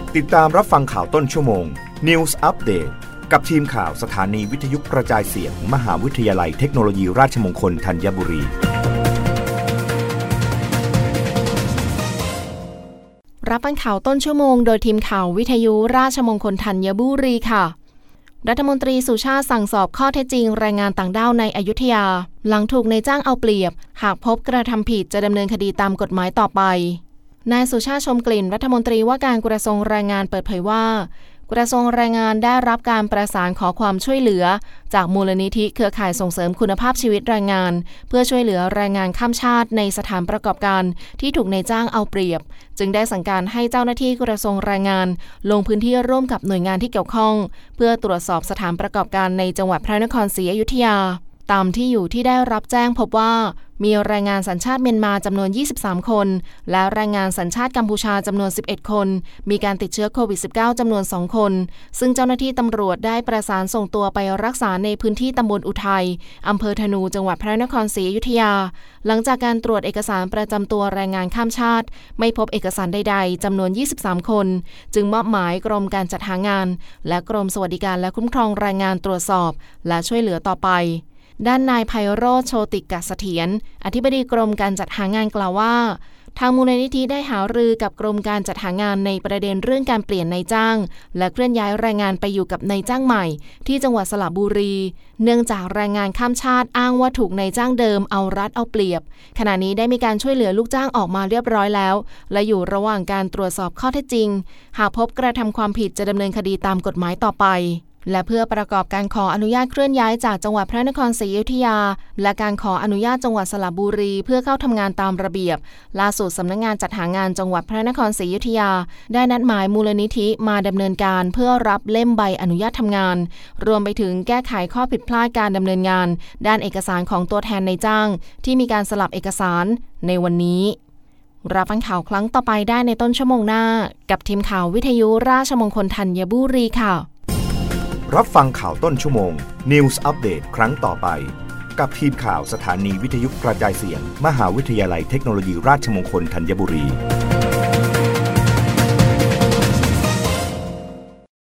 ติดตามรับฟังข่าวต้นชั่วโมง News Update กับทีมข่าวสถานีวิทยุกระจายเสียง มหาวิทยาลัยเทคโนโลยีราชมงคลธัญบุรีรับฟังข่าวต้นชั่วโมงโดยทีมข่าววิทยุราชมงคลธัญบุรีค่ะรัฐมนตรีสุชาติสั่งสอบข้อเท็จจริงแรงงานต่างด้าวในอยุธยาหลังถูกนายจ้างเอาเปรียบหากพบกระทำผิดจะดำเนินคดีตามกฎหมายต่อไปนายสุชาติชมกลิ่นรัฐมนตรีว่าการกระทรวงแรงงานเปิดเผยว่ากระทรวงแรงงานได้รับการประสานขอความช่วยเหลือจากมูลนิธิเครือข่ายส่งเสริมคุณภาพชีวิตแรงงานเพื่อช่วยเหลือแรงงานข้ามชาติในสถานประกอบการที่ถูกนายจ้างเอาเปรียบจึงได้สั่งการให้เจ้าหน้าที่กระทรวงแรงงานลงพื้นที่ร่วมกับหน่วยงานที่เกี่ยวข้องเพื่อตรวจสอบสถานประกอบการในจังหวัดพระนครศรีอยุธยาตามที่อยู่ที่ได้รับแจ้งพบว่ามีแรงงานสัญชาติเมียนมาจำนวน23คนและแรงงานสัญชาติกัมพูชาจำนวน11คนมีการติดเชื้อโควิด -19 จำนวน2คนซึ่งเจ้าหน้าที่ตำรวจได้ประสานส่งตัวไปรักษาในพื้นที่ตำบลอุทัยอำเภอธนูจังหวัดพระนครศรีอยุธยาหลังจากการตรวจเอกสารประจำตัวแรงงานข้ามชาติไม่พบเอกสารใดๆจำนวน23คนจึงมอบหมายกรมการจัดหางานและกรมสวัสดิการและคุ้มครองแรงงานตรวจสอบและช่วยเหลือต่อไปด้านนายไพโรจน์โชติกเสถียรอธิบดีกรมการจัดหางานกล่าวว่าทางมูลนิธิได้หารือกับกรมการจัดหางานในประเด็นเรื่องการเปลี่ยนนายจ้างและเคลื่อนย้ายแรงงานไปอยู่กับนายจ้างใหม่ที่จังหวัดสระบุรีเนื่องจากแรงงานข้ามชาติอ้างว่าถูกนายจ้างเดิมเอารัดเอาเปรียบขณะนี้ได้มีการช่วยเหลือลูกจ้างออกมาเรียบร้อยแล้วและอยู่ระหว่างการตรวจสอบข้อเท็จจริงหากพบกระทำความผิดจะดำเนินคดีตามกฎหมายต่อไปและเพื่อประกอบการขออนุญาตเคลื่อนย้ายจากจังหวัดพระนครศรีอยุธยาและการขออนุญาตจังหวัดสระบุรีเพื่อเข้าทำงานตามระเบียบล่าสุดสำนักงานจัดหางานจังหวัดพระนครศรีอยุธยาได้นัดหมายมูลนิธิมาดำเนินการเพื่อรับเล่มใบอนุญาตทำงานรวมไปถึงแก้ไขข้อผิดพลาดการดำเนินงานด้านเอกสารของตัวแทนนายจ้างที่มีการสลับเอกสารในวันนี้รับฟังข่าวครั้งต่อไปได้ในต้นชั่วโมงหน้ากับทีมข่าววิทยุราชมงคลธัญบุรีค่ะรับฟังข่าวต้นชั่วโมง News Update ครั้งต่อไปกับทีมข่าวสถานีวิทยุกระจายเสียง มหาวิทยาลัยเทคโนโลยีราชมงคลธัญบุรี